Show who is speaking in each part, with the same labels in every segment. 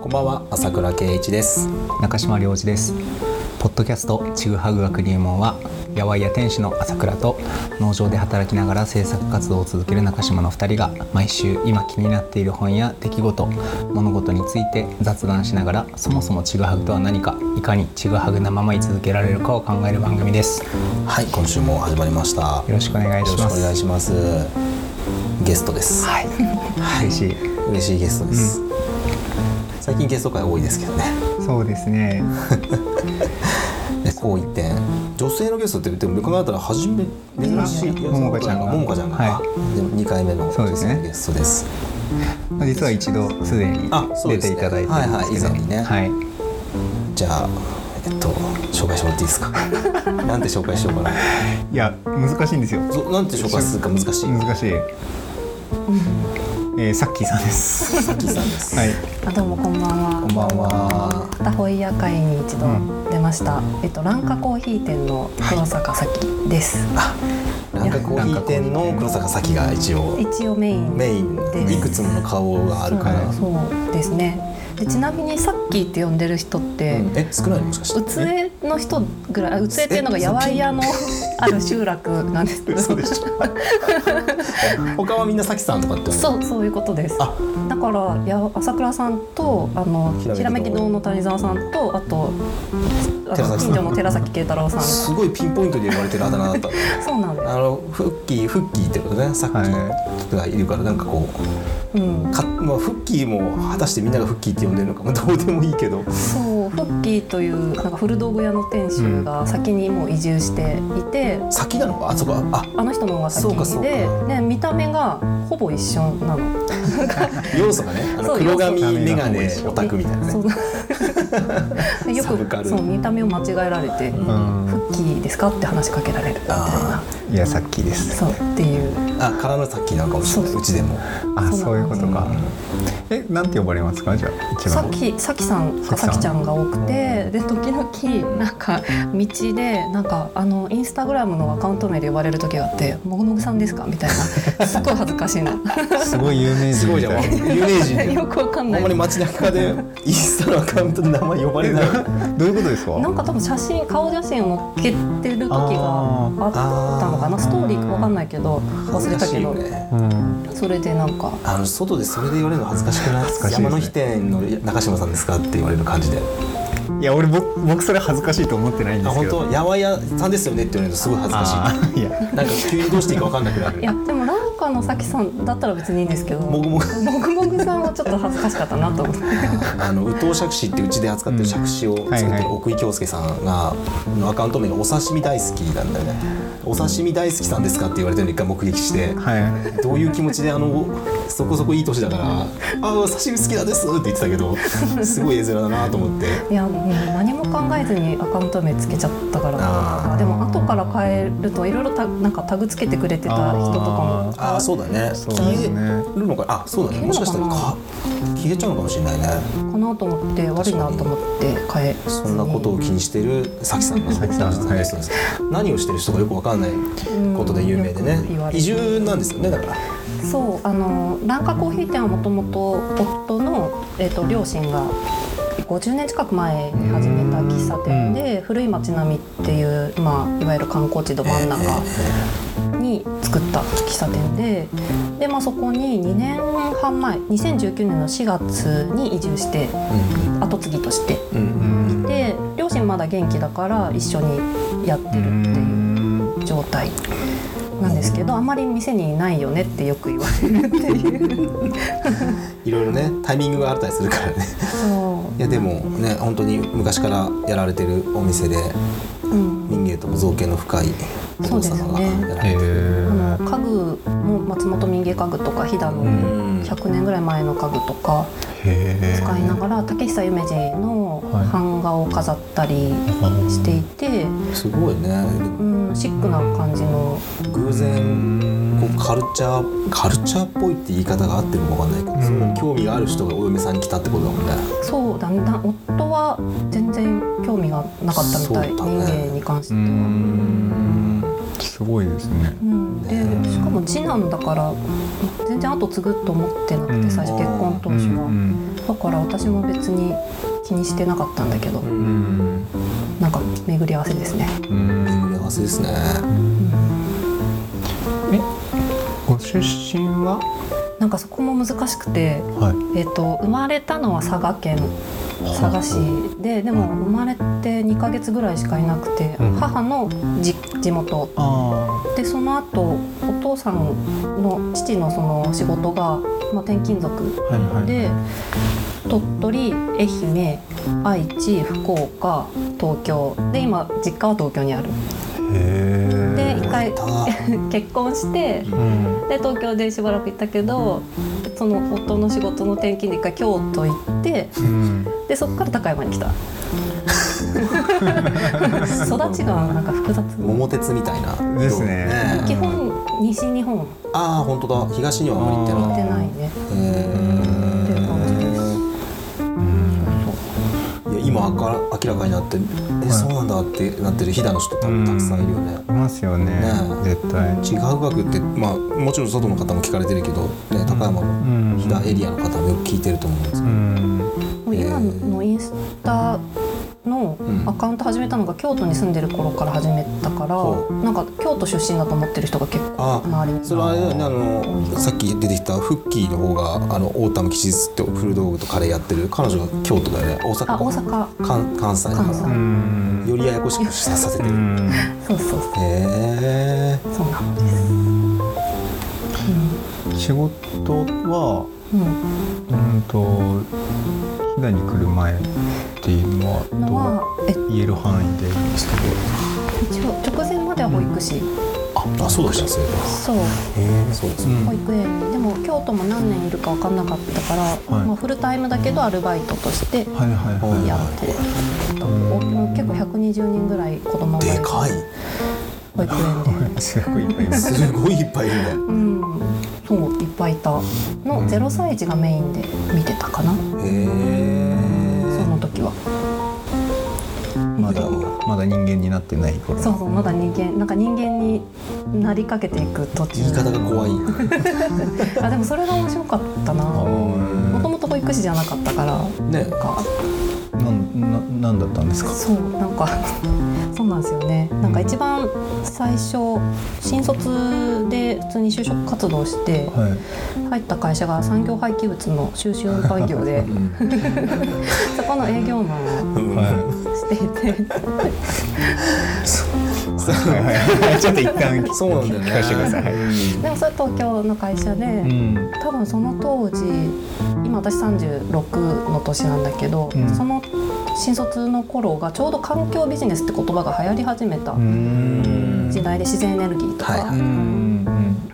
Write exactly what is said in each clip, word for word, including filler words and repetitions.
Speaker 1: こんばんは、朝倉圭一です。
Speaker 2: 中島良二です。ポッドキャストちぐはぐ学入門は、八百屋店主の朝倉と農場で働きながら制作活動を続ける中島のふたりが、毎週今気になっている本や出来事、物事について雑談しながら、そもそもちぐはぐとは何か、いかにちぐはぐなまま居続けられるかを考える番組です。
Speaker 1: はい、今週も始まりました。よ
Speaker 2: ろしくお願いします。
Speaker 1: よろしくお願いします。ゲストです。
Speaker 2: はい、嬉しい
Speaker 1: 嬉しいゲストです、うん、最近ゲスト会多いですけどね。
Speaker 2: そうですね
Speaker 1: こう一点、女性のゲストって言っても考えたら初め珍しい、
Speaker 2: ももかちゃんが
Speaker 1: ももかちゃんが、はい、にかいめの女性のゲストです。
Speaker 2: 実は一度すでに出ていただいてるんですけど、
Speaker 1: ね、はいはい、以前にね、
Speaker 2: はい、
Speaker 1: じゃあえっと紹介してもらっていいですかなんて紹介しようかな。い
Speaker 2: や難しいんですよ。
Speaker 1: なんて紹介するか難しい
Speaker 2: 難しい、うんえー、さっきーさんです。
Speaker 1: さっきーさんです。
Speaker 3: はい。あ、どうもこんばんは。
Speaker 1: こんばんは。
Speaker 3: 片ホイヤ会に一度出ました。うん、えっとランカコーヒー店の黒坂咲です。
Speaker 1: あ、ランカコーヒー店の黒坂咲が一応
Speaker 3: 一応メイン
Speaker 1: メインでいくつもの顔があるから。
Speaker 3: そう、そうですね。でちなみにさっきって呼んでる人って、
Speaker 1: うん、え少ないのもしかして。
Speaker 3: うつえの人ぐらい、うつえっていうのが八百屋のある集落なんですけど。
Speaker 1: そうでしょ他はみんなさきさんとかって。
Speaker 3: そうそういうことです。あ、だからや朝倉さんとあのひらめき堂の谷沢さんとあとあの近所の寺崎慶太郎さん。
Speaker 1: すごいピンポイントで呼ばれてるあだ名だった。
Speaker 3: そうなんです。
Speaker 1: あのフッキーフッキーってことね。さっきがいるからなんかこう、うんかまあ、フッキーも果たしてみんながフッキーって呼んでるのかもどうでもいいけど。
Speaker 3: そうフッキーというなんか古道具屋の店主が先にもう移住していて、
Speaker 1: うん、先なのかあそこあ
Speaker 3: あの人の方が先で、ね、見た目がほぼ一緒なの。
Speaker 1: 要素がね、あの黒髪メガネオタクみたいなね。よ
Speaker 3: くそう見た目を間違えられて、うん、フッキーですかって話しかけられるみたいな。
Speaker 2: いやさっきです。
Speaker 3: そうっていう。
Speaker 1: あ、からのさっきなんかもしれない。うちでも。
Speaker 2: あ、そういうことか。え、なんて呼ばれますかじゃあ一番。
Speaker 3: さきさきさんかさきちゃんが多くて、で時々なんか道でなんかあのインスタグラムのアカウント名で呼ばれる時があって、もぐもぐさんですかみたいな、すごい恥ずかしいな。
Speaker 2: すごい有名人。
Speaker 1: すごいじゃん。有名人で。
Speaker 3: よくわかんない。
Speaker 1: あんまり街中でインスタのアカウントで名前呼ばれない。
Speaker 2: どういうことですか？
Speaker 3: なんか多分写真顔写真を載っけてる時があったのかな。ストーリーかわかんないけど忘れたけど、ね、うん、それでなんか
Speaker 1: あの外でそれで言われるの恥ずかしくない？恥ずかしいですね。山の日店の中島さんですかって言われる感じで。
Speaker 2: いや俺 僕, 僕それ恥ずかしいと思ってないんですけど。
Speaker 1: 本当八百屋さんですよねって言われるとすごい恥ずかしい。いやなんか急にどうしていいか分かんなくなる。
Speaker 3: いやでもランカのさきさんだったら別にいいんですけど、
Speaker 1: もぐもぐ
Speaker 3: もぐもぐさんはちょっと恥ずかしかったなと思って。
Speaker 1: あの宇藤杓子ってうちで扱ってる杓子を作ってる奥井京介さんがのアカウント名がお刺身大好きなんだよね。お刺身大好きさんですかって言われてるのを一回目撃して、はい、どういう気持ちであのそこそこいい年だからあお刺身好きなんですって言ってたけどすごい絵面だなと思って。
Speaker 3: いやもう何も考えずにアカウント名つけちゃったから。あでも後から変えるといろいろなんかタグつけてくれてた人とかも
Speaker 1: ああそうだね消えるのかあそうだねもしかしたらか消えちゃうのかもしれないね
Speaker 3: かなと思って悪いなと思って変え
Speaker 1: そんなことを気にしてるさきさんが何をしてる人かよく分かんないことで有名でね、うん、移住なんですよねだから
Speaker 3: そうあのランカコーヒー店はもともと夫の、えーと、両親がごじゅうねん近く前に始めた喫茶店で、うん、古い町並みっていう、まあ、いわゆる観光地ど真ん中に作った喫茶店で、で、まあ、そこににねんはんまえにせんじゅうきゅうねんのしがつに移住して後継ぎとしていて、両親まだ元気だから一緒にやってるっていう状態なんですけど、あんまり店にいないよねってよく言われるっていう
Speaker 1: いろいろねタイミングがあったりするからね。そういやでもね本当に昔からやられてるお店で、うん、民芸とも造形の深いお父様がやられてる、
Speaker 3: あの家具も松本民芸家具とか飛騨のひゃくねんぐらい前の家具とか使いながら竹久夢二の版画を飾ったりしていて、
Speaker 1: はい、すごいね、
Speaker 3: うん、シックな感じの
Speaker 1: 偶然こうカルチャーカルチャーっぽいって言い方が合ってるのかわかんないけど、うん、それに興味がある人がお嫁さんに来たってことだもんね。
Speaker 3: そうだんだん夫は全然興味がなかったみたい、民芸に関しては。
Speaker 2: うんすごいですね、
Speaker 3: うん、でしかも次男だから全然後継ぐと思ってなくて、うん、最初結婚当初は、うん、だから私も別に気にしてなかったんだけど、うん、なんか巡り合わせですね、
Speaker 1: うん、巡り合わせですね、うん、
Speaker 2: えご出身は
Speaker 3: なんかそこも難しくて、はい、えーと、生まれたのは佐賀県佐賀市で、でも生まれてにかげつぐらいしかいなくて、うん、母のじ地元で、その後お父さんの父のその仕事が、まあ、転勤族で、はいはい、鳥取、愛媛、愛知、福岡、東京で、今実家は東京にある。へで一回結婚して、うん、で東京でしばらく行ったけど、その夫の仕事の転勤で一回京都行って、うん、でそこから高山に来た育ちがなんか複雑、
Speaker 1: 桃鉄みたいな
Speaker 2: ですね、
Speaker 3: ね、基本西日本。
Speaker 1: ああ本当だ、東にはあんまり行ってない。
Speaker 3: 行ってないね。っていう感じです。
Speaker 1: 今明らかになって、え、そうなんだってなってる飛騨の人多分たくさんいるよね。
Speaker 2: いますよね、ね、絶対。
Speaker 1: 地学学って、まあ、もちろん外の方も聞かれてるけど、ね、高山の飛騨エリアの方もよく聞いてると思うんですけど、
Speaker 3: うん、今のインスタのアカウント始めたのが京都に住んでる頃から始めたから、うん、なんか京都出身だと思ってる人が結構周りに。
Speaker 1: それはあれだよね、あのさっき出てきたフッキーの方があの大田無吉日って古道具とカレーやってる彼女が京都だよね。大阪。
Speaker 3: あ、大阪。
Speaker 1: 関関西だからよりややこしくさせてる。
Speaker 3: そうそうそう。
Speaker 1: へ
Speaker 3: ー、そうなんです。
Speaker 2: うん、仕事は、うん、うんと飛騨に来る前っていうのはどう言える範囲でいいんですけど、
Speaker 3: 一応直前までは保育士。
Speaker 1: ああ、そうだったんですね。
Speaker 3: そう。
Speaker 1: へえ、そうですね。
Speaker 3: 保育園にでも京都も何年いるか分かんなかったから、はい、まあ、フルタイムだけどアルバイトとしてやって、はいはいはい、結構ひゃくにじゅうにんぐらい子供がいる。
Speaker 1: でかい。
Speaker 3: 保育園で。
Speaker 2: すごいいっぱいいる。
Speaker 1: すごいいっぱいいるね。
Speaker 3: うん。そういっぱいいたのゼロさい児がメインで見てたかな。へえ。その時は。
Speaker 2: まだまだ人間になってない頃。
Speaker 3: そうそう、まだ人間、なんか人間になりかけていく途中。
Speaker 1: 言い方が怖い。
Speaker 3: あ、でもそれが面白かったな。もともと保育士じゃなかったからね。なんか
Speaker 2: なんななんだったんですか。
Speaker 3: そう、なんかそうなんですよね。なんか一番最初新卒で普通に就職活動して入った会社が産業廃棄物の収集運搬業でそこの営業マンをしていて
Speaker 2: ちょっと一旦
Speaker 1: そうなんだよね。
Speaker 2: 聞かせてください。
Speaker 3: でもそれ東京の会社で、うん、多分その当時、今私さんじゅうろくの年なんだけど、うん、その新卒の頃がちょうど環境ビジネスって言葉が流行り始めた時代で、自然エネルギーとか、はい、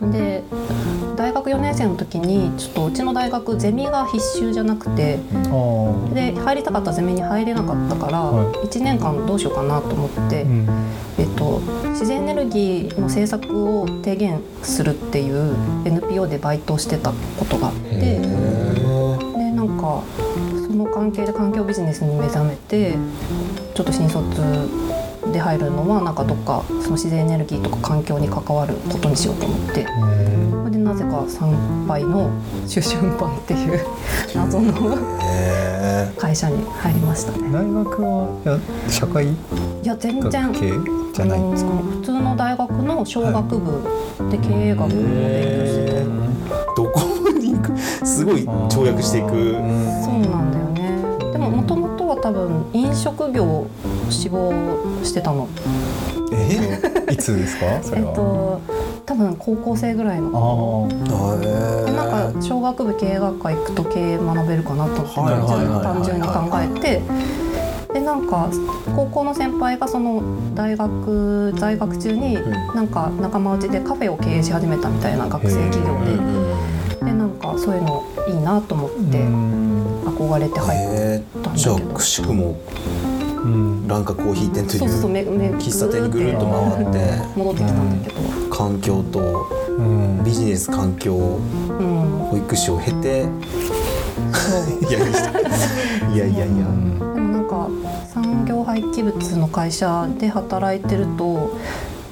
Speaker 3: で大学よねん生の時にちょっとうちの大学ゼミが必修じゃなくて、うん、で入りたかったゼミに入れなかったから、はい、いちねんかんどうしようかなと思って、うん、えっと、自然エネルギーの政策を提言するっていう エヌピーオー でバイトをしてたことがあって、でなんかその関係で環境ビジネスに目覚めて、ちょっと新卒で入るのはなんかどっかその自然エネルギーとか環境に関わることにしようと思って、でなぜか産廃の収集運搬っていう謎の会社に入りましたね。
Speaker 2: 大学はいや社会
Speaker 3: いや全然
Speaker 2: 系じゃないんですか。
Speaker 3: 普通の大学の商学部で経営学を勉強してて、
Speaker 1: どこに行くすごい跳躍していく。そう
Speaker 3: なんだよね。でももともとは多分飲食業を志望してたの。
Speaker 2: えいつですかそれは。えっと
Speaker 3: 多分高校生ぐらいの。あでなんか小学部経営学科行くと経営学べるかなと思って、はいはいはいはい、単純に考えて、でなんか高校の先輩がその大学在学中になんか仲間内でカフェを経営し始めたみたいな学生企業で、でなんかそういうのいいなと思って憧れて入ったんだけど。
Speaker 1: じゃあくしくもランカコーヒー店という喫茶店にぐるっと回って
Speaker 3: 戻ってきたんだけど、
Speaker 1: 環境とビジネス環境、保育士を経て、いやいやいやいや、で
Speaker 3: もなんか産業廃棄物の会社で働いてると、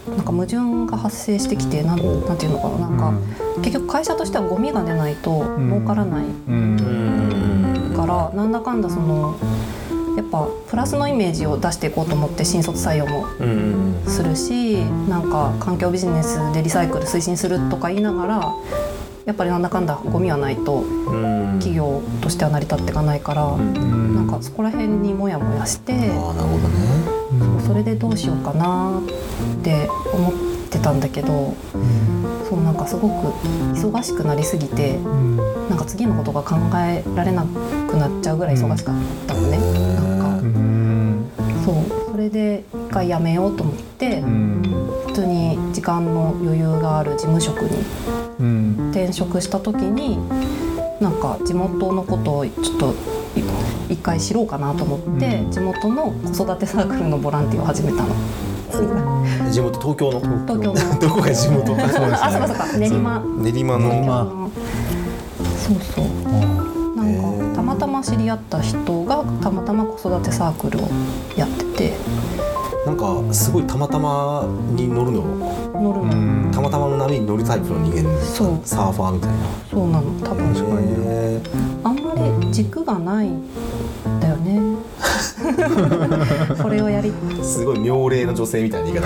Speaker 3: なんか矛盾が発生してきて、なん、なんていうのかな、なんか、うん、結局会社としてはゴミが出ないと儲からない、うん、からなんだかんだそのやっぱプラスのイメージを出していこうと思って新卒採用もするし、なんか環境ビジネスでリサイクル推進するとか言いながらやっぱりなんだかんだゴミはないと企業としては成り立っていかないから、なんかそこら辺にモヤモヤして、
Speaker 1: あ、なるほどね、
Speaker 3: そう、それでどうしようかなって思ってたんだけど、そうなんかすごく忙しくなりすぎて、なんか次のことが考えられなくなっちゃうぐらい忙しかったのね、なんかそうそれで一回辞めようと思って、普通に時間の余裕がある事務職に転職した時に、なんか地元のことをちょっと一回知ろうかなと思って、地元の子育てサークルのボランティアを始めたの。
Speaker 1: 地元東京の
Speaker 3: 東京の
Speaker 1: どこが地元か、
Speaker 3: そうですね、あ、そうかそうか、練馬
Speaker 1: 練馬の
Speaker 3: そうそう、なんかたまたま知り合った人がたまたま子育てサークルをやってて、
Speaker 1: なんかすごいたまたまに乗るの
Speaker 3: 乗るの
Speaker 1: たまたまの波に乗るタイプの人間、そうサーファーみたいな。
Speaker 3: そうなの、多分あんまり軸がないんだよねこれをやり
Speaker 1: すごい妙齢の女性みたいな言い方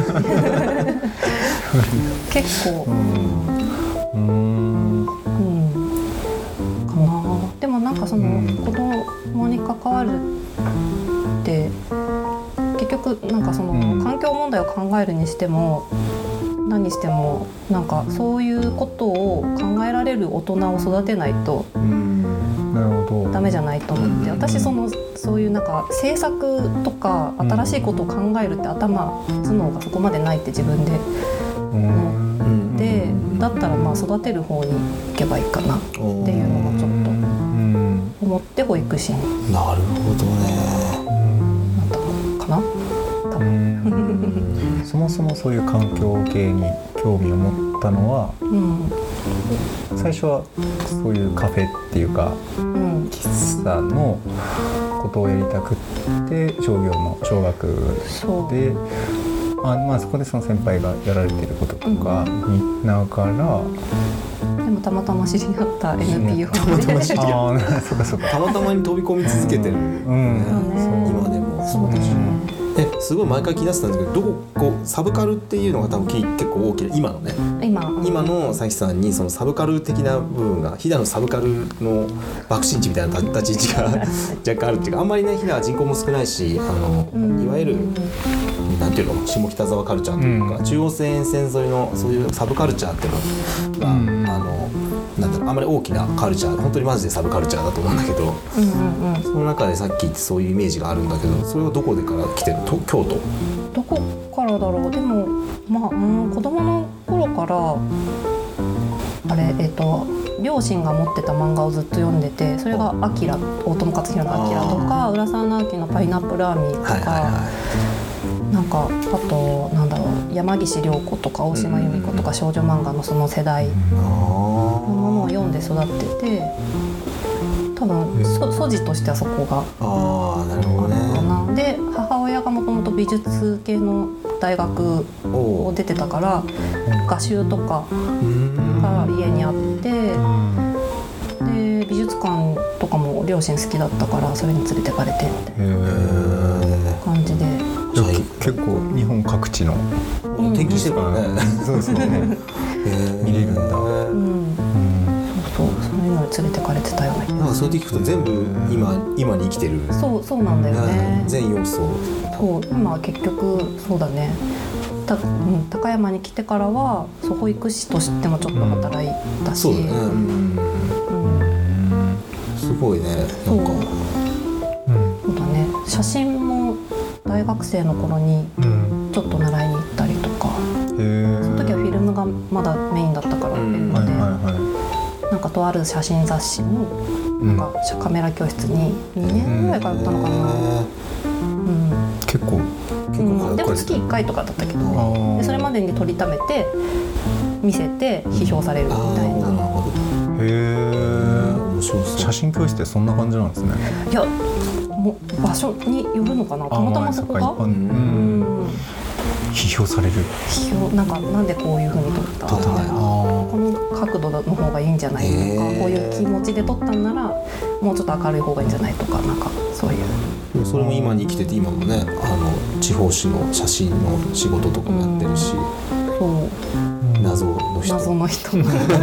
Speaker 3: 結構うん、うん、かな。でもなんかその子供に関わるって結局なんかその環境問題を考えるにしても何にしてもなんかそういうことを考えられる大人を育てないとダメじゃないと思って、私そのそういうなんか政策とか新しいことを考えるって頭頭脳がそこまでないって自分で思って、だったらまあ育てる方に行けばいいかなっていうのもちょっと思って保育士に
Speaker 1: なるほどね
Speaker 3: なったかな多分
Speaker 2: そもそもそういう環境系に興味を持ったのは、うん、最初はそういうカフェっていうか、うん、喫茶のことをやりたくって商業の小学で、あ、まあ、そこでその先輩がやられていることとか見ながら、うん、
Speaker 3: でもたまたま知り合った エヌピーオー
Speaker 1: たまたま知り合った
Speaker 2: あそうかそうか
Speaker 1: たまたまに飛び込み続けてる、うんうん、今でも
Speaker 3: そうですね。
Speaker 1: えすごい毎回気になってたんですけど、どここうサブカルっていうのが多分結構大きな今のね
Speaker 3: 今,
Speaker 1: 今の佐々木さんにそのサブカル的な部分が飛騨のサブカルの爆心地みたいな立ち位置が若干あるっていうか、あんまりね飛騨は人口も少ないし、あの、うん、いわゆるなんていうの下北沢カルチャーというか、うん、中央線沿線沿いのそういうサブカルチャーっていうのが、うん、あのなんだろう、あんまり大きなカルチャー、本当にマジでサブカルチャーだと思うんだけど、うんうんうん、その中でさっき言ってそういうイメージがあるんだけど、それはどこでから来てるの？京都？
Speaker 3: どこからだろう。でもまあ、うん、子供の頃からあれえっと両親が持ってた漫画をずっと読んでて、それがアキラ、大友克洋のアキラとか、浦沢直樹のパイナップルアーミーとか、はいはいはい、なんかあとなんだろう、山岸涼子とか大島由美子とか少女漫画のその世代のものを読んで育ってて、多分素地としてはそこが
Speaker 1: あなるほどね。
Speaker 3: で母親がもともと美術系の大学を出てたから画集とかが家にあって、で美術館とかも両親好きだったからそれに連れてかれてみたいな感じで、
Speaker 2: 結構日本各地の
Speaker 1: 転勤してるからね。
Speaker 2: そうですね見れるんだ。
Speaker 3: うんそうそう、そういうのに連れてかれてたような気が。
Speaker 1: なんかそうやって聞くと全部今今に生きてる。
Speaker 3: そうそうなんだよね。
Speaker 1: 全要素。
Speaker 3: そう今結局そうだね。た、うん、高山に来てからはそう保育士としてもちょっと働いたし、
Speaker 1: そうだね。うんうん、すごいね。なんか
Speaker 3: そう、うん、そうだね。写真も大学生の頃にちょっと習いに行ったりとか、うん、その時はフィルムがまだメインだったからフィルムで。はいはいはい、なんかとある写真雑誌のなんかカメラ教室ににねんぐらい通ったのかな、うん、
Speaker 2: 結構
Speaker 3: 結構、うん、でも月いっかいとかだったけど、でそれまでに撮りためて見せて批評されるみたいな。へ
Speaker 2: え、面白そう。写真教室ってそんな感じなんですね。
Speaker 3: いやも場所によるのかな、たまたまそこが、
Speaker 2: うん、 批評される。
Speaker 3: 批評なんかなんでこういう風に撮ったとか、この角度の方がいいんじゃないとか、こういう気持ちで撮ったんならもうちょっと明るい方がいいんじゃないとか、なんかそういう。
Speaker 1: それも今に生きてて、今もね、あの地方紙の写真の仕事とかもやってるし、
Speaker 3: そう、
Speaker 1: 謎の人
Speaker 3: 謎の人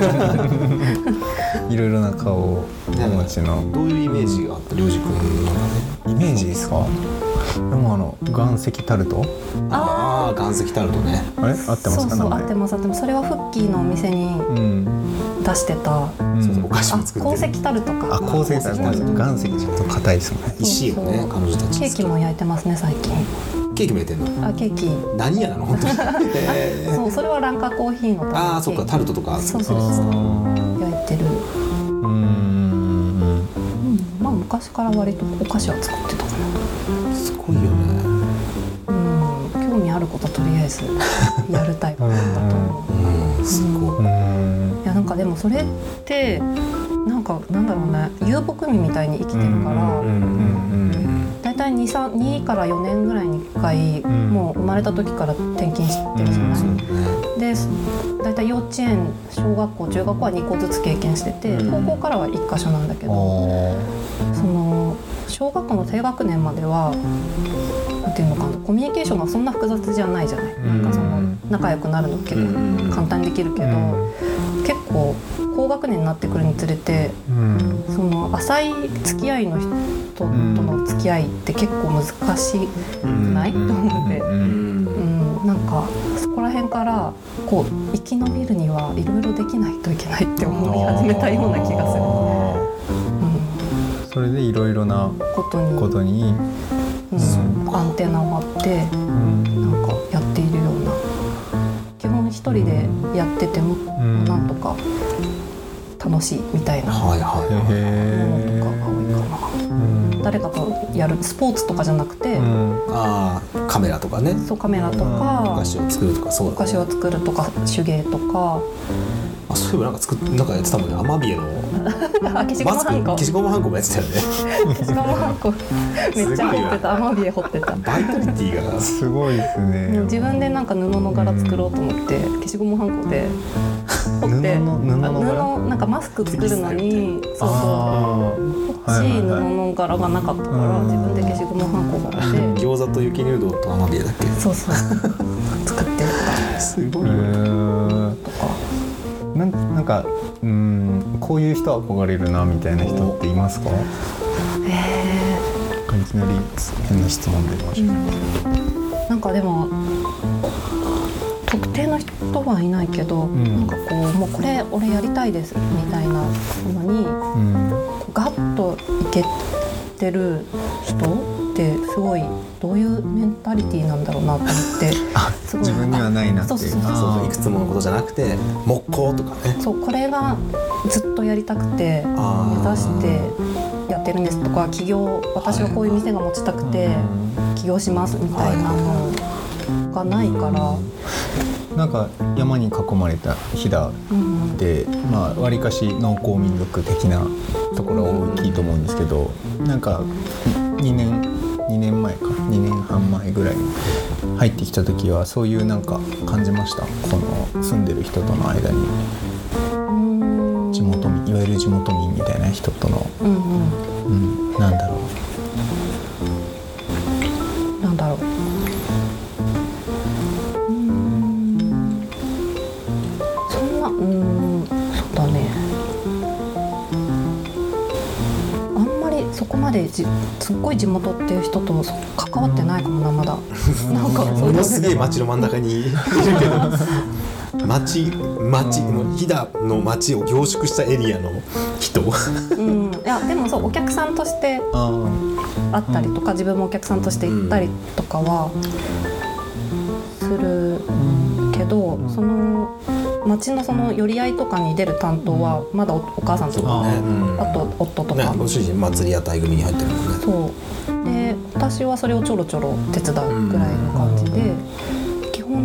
Speaker 2: いろいろな顔をお持ちの。
Speaker 1: どういうイメージがあった涼く君の
Speaker 2: イメージですか。でもあの岩石タルト、
Speaker 1: ああ岩石タルトね、
Speaker 2: あれ合ってますか。
Speaker 3: そうそう合ってます合ってます。それはフッキーのお店に出してた、
Speaker 2: うん、
Speaker 1: そうそうお菓子も作ってる。
Speaker 3: 鉱石タルトか。
Speaker 2: あ鉱石タルト、岩石ちょっと硬いですもんね。
Speaker 1: 石をね彼女たち。
Speaker 3: ケーキも焼いてますね最近。
Speaker 1: ケーキも焼いてんの。
Speaker 3: あケーキ。
Speaker 1: 何やなの本当に。
Speaker 3: そうそれはランカコーヒーの。
Speaker 1: ああそっかタルトとか。
Speaker 3: そうそうそう焼いてる。
Speaker 2: うん。
Speaker 3: まあ昔から割とお菓子は作ってたかな。
Speaker 1: すごいよね。
Speaker 3: うん、興味あることとりあえずやるタイプだと思
Speaker 1: う。うん、すごい。
Speaker 3: いやなんかでもそれってなんかなんだろうね、遊牧民みたいに生きてるから、だいたいにからよねんぐらいにいっかい、もう生まれた時から転勤してるじゃない。でだいたい幼稚園、小学校、中学校はにこずつ経験してて、高校からはいっかしょなんだけど、その小学校の低学年まではなんていうのかな、コミュニケーションがそんな複雑じゃないじゃない。なんかその仲良くなるの結構簡単にできるけど、結構高学年になってくるにつれて、その浅い付き合いの人との付き合いって結構難しくないと思って、うん、なんかそこら辺からこう生き延びるにはいろいろできないといけないって思い始めたような気がする。
Speaker 2: それでいろいろなことに、ことに
Speaker 3: うん、アンテナを張って、うん、なんかやっているような。基本一人でやってても、うん、なんとか楽しいみたいなものとかが多いかな、うん、誰かとやるスポーツとかじゃなくて、うん、
Speaker 1: あカメラとかね。
Speaker 3: そうカメラとか、
Speaker 1: お菓子を作るとか、そうだね、
Speaker 3: お菓子を作るとか手芸とか。
Speaker 1: あそういえばなんか作っなんかやってたもんね、アマビエの
Speaker 3: 消しゴムはんこ
Speaker 1: 消しゴムはんこもやってたよね。
Speaker 3: 消しゴムはんこめっちゃ彫ってた。アマビエ彫ってた。
Speaker 1: バイタリティが
Speaker 2: すごいですね。
Speaker 3: 自分でなんか布の柄作ろうと思って消しゴムはんこで彫って、布の布の柄なんかマスク作るのにそうそう欲しい布の柄がなかったから自分で消しゴムはんこを彫って、
Speaker 1: 餃子と雪入道とアマビエだっけ。
Speaker 3: そうそう作ってた。
Speaker 1: すごいよね。
Speaker 3: とか
Speaker 2: な ん, なんかうーんこういう人憧れるなみたいな人っていますか。
Speaker 3: え
Speaker 2: ー、いきなり変な質問出ました、うん、
Speaker 3: なんかでも特定の人はいないけど、うん、なんかこうもうこれ俺やりたいですみたいなのに、うん、ガッといけてる人ってすごいどういうメンタリティーなんだろうなと思って
Speaker 2: すごい自分にはないなっていう。
Speaker 1: そうそうそう、いくつものことじゃなくて木工とかね。
Speaker 3: そうこれがずっとやりたくて目指してやってるんですとか、起業私はこういう店が持ちたくて起業しますみたいなのがないから、
Speaker 2: なんか山に囲まれた飛騨で、うん、まあわりかし農耕民族的なところが大きいと思うんですけど、なんかにねんにねんまえかにねんはんまえぐらいに入ってきた時はそういうなんか感じました。この住んでる人との間に地元民、いわゆる地元民みたいな人との、うんうんうん、なんだろ
Speaker 3: うなんだろううーんそんなうーんそうだね、あんまりそこまですっごい地元っていう人と関わってないかもなまだ。なんか
Speaker 1: ものすげえ街の真ん中にいるけど町町の飛騨の町を凝縮したエリアの人、
Speaker 3: うん、いやでもそうお客さんとして会ったりとか、自分もお客さんとして行ったりとかはするけど、その町のその寄り合いとかに出る担当はまだ お, お母さんとか、ね、あと夫とか、
Speaker 1: ね、ご主人祭り屋台組に入ってるもんね。
Speaker 3: そうで私はそれをちょろちょろ手伝うぐらいの感じで、基本なんか結構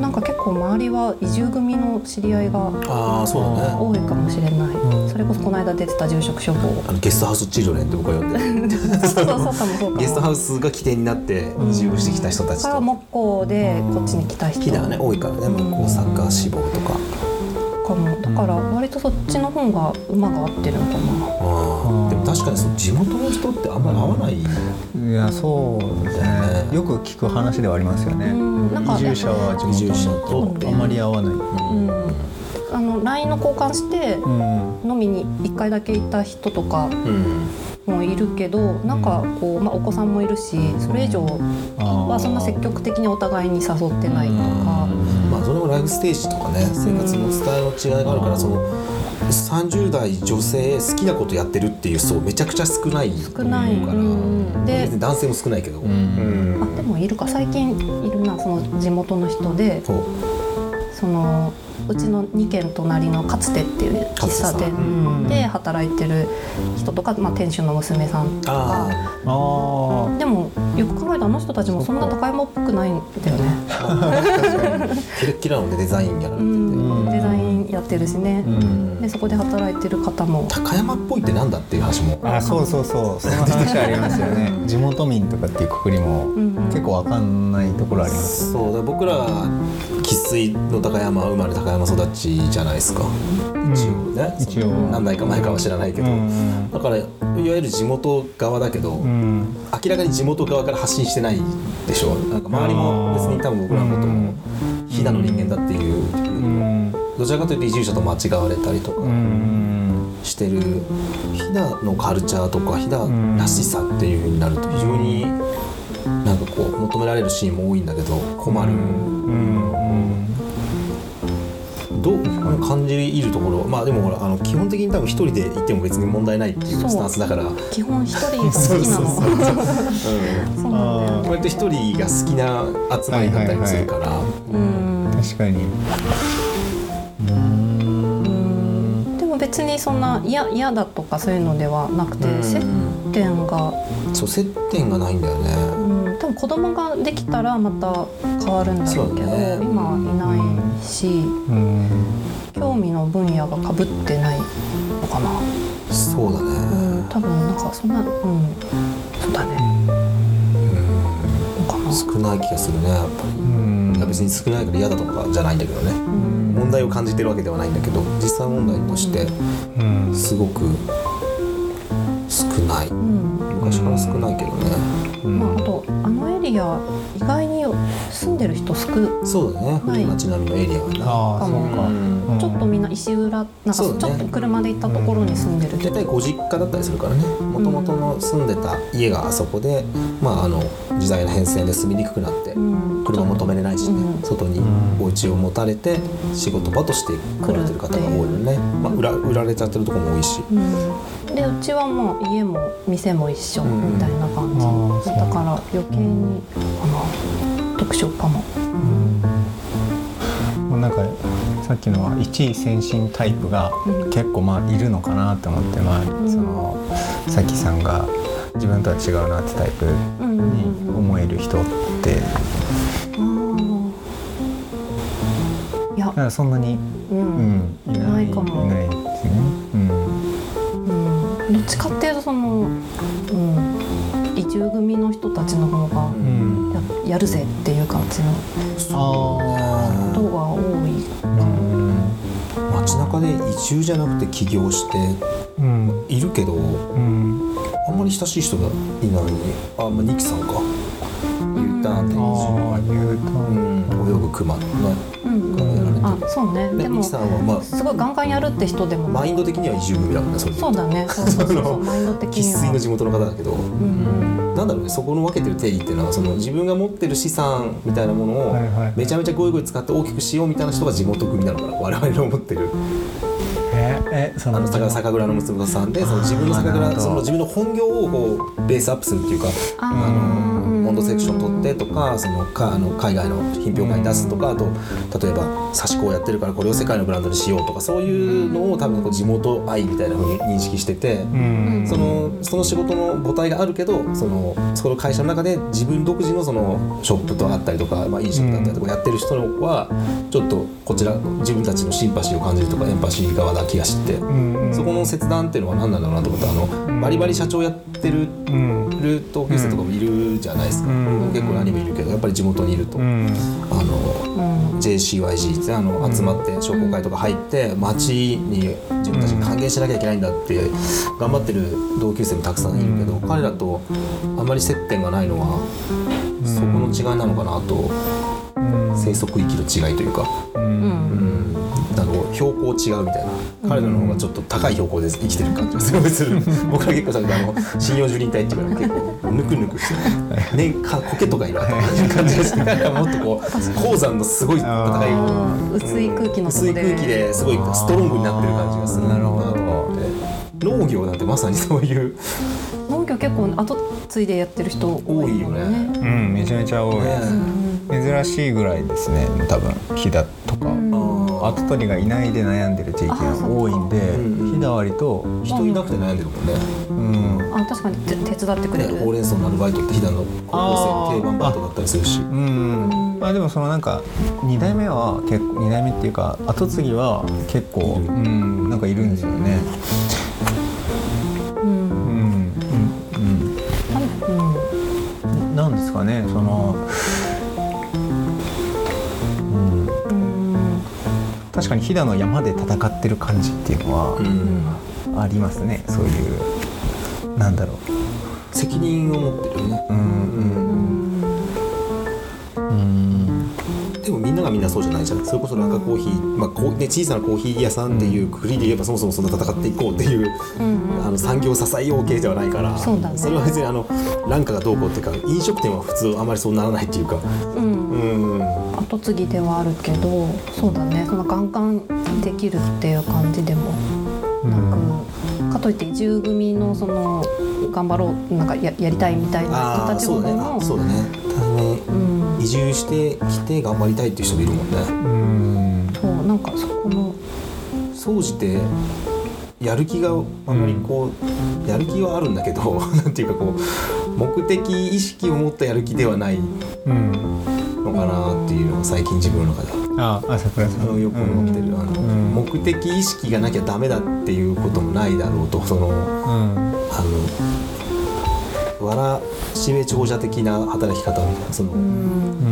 Speaker 3: 構周りは移住組の知り合いが
Speaker 1: あそうだ、ね、
Speaker 3: 多いかもしれない、うん、それこそこの間出てた住職処方
Speaker 1: あのゲストハウスチルドレンって僕は呼んでる
Speaker 3: そうそうかもそうかも
Speaker 1: ゲストハウスが起点になって移住してきた人たちと、
Speaker 3: うん、木工でこっちに来た人
Speaker 1: 木田がね多いからね、木工作家志望とか
Speaker 3: かもだから割とそっちの方が馬が合ってるのかな、
Speaker 1: あでも確かにそ地元の人ってあんまり合わない、
Speaker 2: いやそうですね、よく聞く話ではありますよね、なんか移住者は地元の人とあまり合わない、うん
Speaker 3: うん、あの ライン の交換して飲みにいっかいだけ行った人とかもいるけど、なんかこう、まあ、お子さんもいるしそれ以上はそんな積極的にお互いに誘ってないとか、
Speaker 1: まあ、それもライフステージとかね生活のスタイルの違いがあるから、そのさんじゅう代女性好きなことやってるっていう層めちゃくちゃ少ない
Speaker 3: 少ないから、うん、で
Speaker 1: 男性も少ないけど、うん
Speaker 3: うん、あでもいるか最近いるなその地元の人でそのうちのに軒隣のかつてっていう喫茶店で働いてる人とか、まあ、店主の娘さんとかあでもよく考えたらあの人たちもそんな高山っぽくないんだよね
Speaker 1: キレッキレなのでデザインやられてて、うん、
Speaker 3: デザインやってるしね、うん、でそこで働いてる方も
Speaker 1: 高山っぽいってなんだっていう話も
Speaker 2: あそうそうそうその話ありますよね地元民とかっていうくくりも結構わかんないところあります、
Speaker 1: そうだ僕ら生粋の高山生まれ高山育ちじゃないですか、一応ね、一応何代か前かは知らないけど、うん、だからいわゆる地元側だけど、うん、明らかに地元側から発信してないでしょ。なんか周りも別に多分僕らのことも飛騨の人間だっていう、うん、どちらかというと移住者と間違われたりとかしてる飛騨のカルチャーとか飛騨らしさっていう風になると非常になんかこう求められるシーンも多いんだけど困る、うんどう感じるところ、まあでもほらあの基本的に多分一人で行っても別に問題ないっていうスタンスだから
Speaker 3: 基本一人が好きなのそうなんだよね。
Speaker 1: こうやって一人が好きな集まりだったりもするから、はいはいはい、
Speaker 2: うん確かに
Speaker 3: うんでも別にそんな嫌嫌だとかそういうのではなくて接点が
Speaker 1: そう接点がないんだよね、
Speaker 3: うん、多分子供ができたらまた変わるんだろうけど、ね、今いないし、うん、興味の分野が被ってないのかな。
Speaker 1: そうだね、
Speaker 3: うん、多分なんかそんな、うん、そうだね、
Speaker 1: うん、少ない気がするねやっぱり、うん、いや別に少ないから嫌だとかじゃないんだけどね、うん、問題を感じてるわけではないんだけど実際問題としてすごく少ない、うん、昔から少ないけどね、
Speaker 3: うんまあ、あとあのエリア意外に住んでる人少ない。
Speaker 1: そうだね古い町並みのエリアはね
Speaker 2: ああそうか、うん、
Speaker 3: ちょっとみんな石浦なんかちょっと車で行ったところに住んでる人、
Speaker 1: 大体ご実家だったりするからねもともとの住んでた家があそこで、まあ、あの時代の変遷で住みにくくなって、うん、車も止めれないしね、うん、外にお家を持たれて仕事場として来られてる方が多いよね、まあ、売ら、売られちゃってるところも多いし、うん、
Speaker 3: でうちはもう家も店も一緒みたいな感じ、うん、だから余計にあの特殊かも、
Speaker 2: うん、もうなんかさっきのは一位先進タイプが結構まあいるのかなと思って、まあそのさきさんが自分とは違うなってタイプに思える人って、いや、なんかそんなに、
Speaker 3: うんうん、いないかも。
Speaker 2: いないですね。
Speaker 3: うんうん、どっちかっていうとその、うん、移住組の人たちの方が、うん、や, やるぜっていう感じの人が多いか
Speaker 1: な。街中で移住じゃなくて起業しているけど、うん、あんまり親しい人がいない。あ、まあ、ニキさんか。U ターンで移住、U ターン、泳ぐクマのね、
Speaker 3: うんうん、あ、そうね。でも
Speaker 1: さんは、まあ、
Speaker 3: すごいガンガンやるって人でも
Speaker 1: マインド的には移住組だもんね。それ
Speaker 3: そうだね。そうそうそうそうマインド的には
Speaker 1: 生粋の地元の方だけど、うんうん、なんだろうね。そこの分けてる定義っていうのはその自分が持ってる資産みたいなものをめちゃめちゃゴイゴイ使って大きくしようみたいな人が地元組なのかな。我々の思ってる。
Speaker 2: ええ、その
Speaker 1: あの酒蔵の娘さんでその自分の酒蔵その自分の本業をこうベースアップするっていうか、あのンドセクション取ってとか、そのかあの海外の品評会に出すとか、あと例えば刺し子をやってるからこれを世界のブランドにしようとか、そういうのを多分こう地元愛みたいな風に認識してて、そのその仕事の母体があるけど、そのその会社の中で自分独自のそのショップとあったりとか、まあ、飲食だったりとかやってる人はちょっとこちら自分たちのシンパシーを感じるとかエンパシー側な気がして、そこの切断っていうのは何なんだろうなと思って、あのバリバリ社長やってる同級生とかもいるじゃないですか、結構何人もいるけど、やっぱり地元にいると、あの ジェーシーワイジー ってあの集まって商工会とか入って町に自分たちに還元しなきゃいけないんだって頑張ってる同級生もたくさんいるけど、彼らとあまり接点がないのはそこの違いなのかなと、生息域の違いというか、うん、なんか標高違うみたいな、彼らの方がちょっと高い標高で生きてる感じがすごいする僕は結構さ、あの針葉樹林帯っていうのが結構ぬくぬくしてね、か苔とかいる感じがして、もっとこう鉱山のすごい高い
Speaker 3: 薄い空気の
Speaker 1: 薄い空気ですごいストロングになってる感じがするなと思って、農業なんてまさにそういう、
Speaker 3: 農業結構後継いでやってる人
Speaker 1: 多いよね。
Speaker 2: うん、めちゃめちゃ多い、ね、珍しいぐらいですね。多分飛騨とか、うん、後取りがいないで悩んでる地域が多いんで、飛騨割と
Speaker 1: 人いなくて悩んでるもんね、
Speaker 3: うん、あ確かに手伝ってくれる、
Speaker 1: ほうれん草のアルバイトって飛騨の高校生定番バイトだったりするし、
Speaker 2: うん、まあでもそのなんかに代目は結構に代目っていうか後継ぎは結構、うん、なんかいるんですよね。なんですかね、その、うんうん、確かに飛騨の山で戦ってる感じっていうのは、うん、ありますね。そういうなんだろう、
Speaker 1: 責任を持ってるよね、うんうんうん、でもみんながみんなそうじゃないじゃん。それこそなんかコーヒー、まあこね、小さなコーヒー屋さんっていうくくりで言えばそもそもそんな戦っていこうっていう、うんうん、あの産業を支えよう系ではないから、
Speaker 3: そうだね、
Speaker 1: それは別にあのランカがどうこうっていうか、飲食店は普通あまりそうならないっていうか、うん
Speaker 3: うん、後継ぎではあるけど、そうだね、そのガンガンできるっていう感じでもなく、うん、かといって移住組のその頑張ろうなんか や, やりたいみたいな人たちほどの、
Speaker 1: そうだね、そうだね、うん、移住してきて頑張りたいっていう人もいるもんね。うん、
Speaker 3: そうなんかそこの
Speaker 1: 総じてやる気があまりこう、うん、やる気はあるんだけどなんていうかこう目的意識を持ったやる気ではないのかなっていうのが最近自分の中で
Speaker 2: ああ朝倉さん
Speaker 1: よく思ってる、うん、あの、うん、目的意識がなきゃダメだっていうこともないだろうと、その、うん、あのわらしべ長者的な働き方みたいな、その、うん、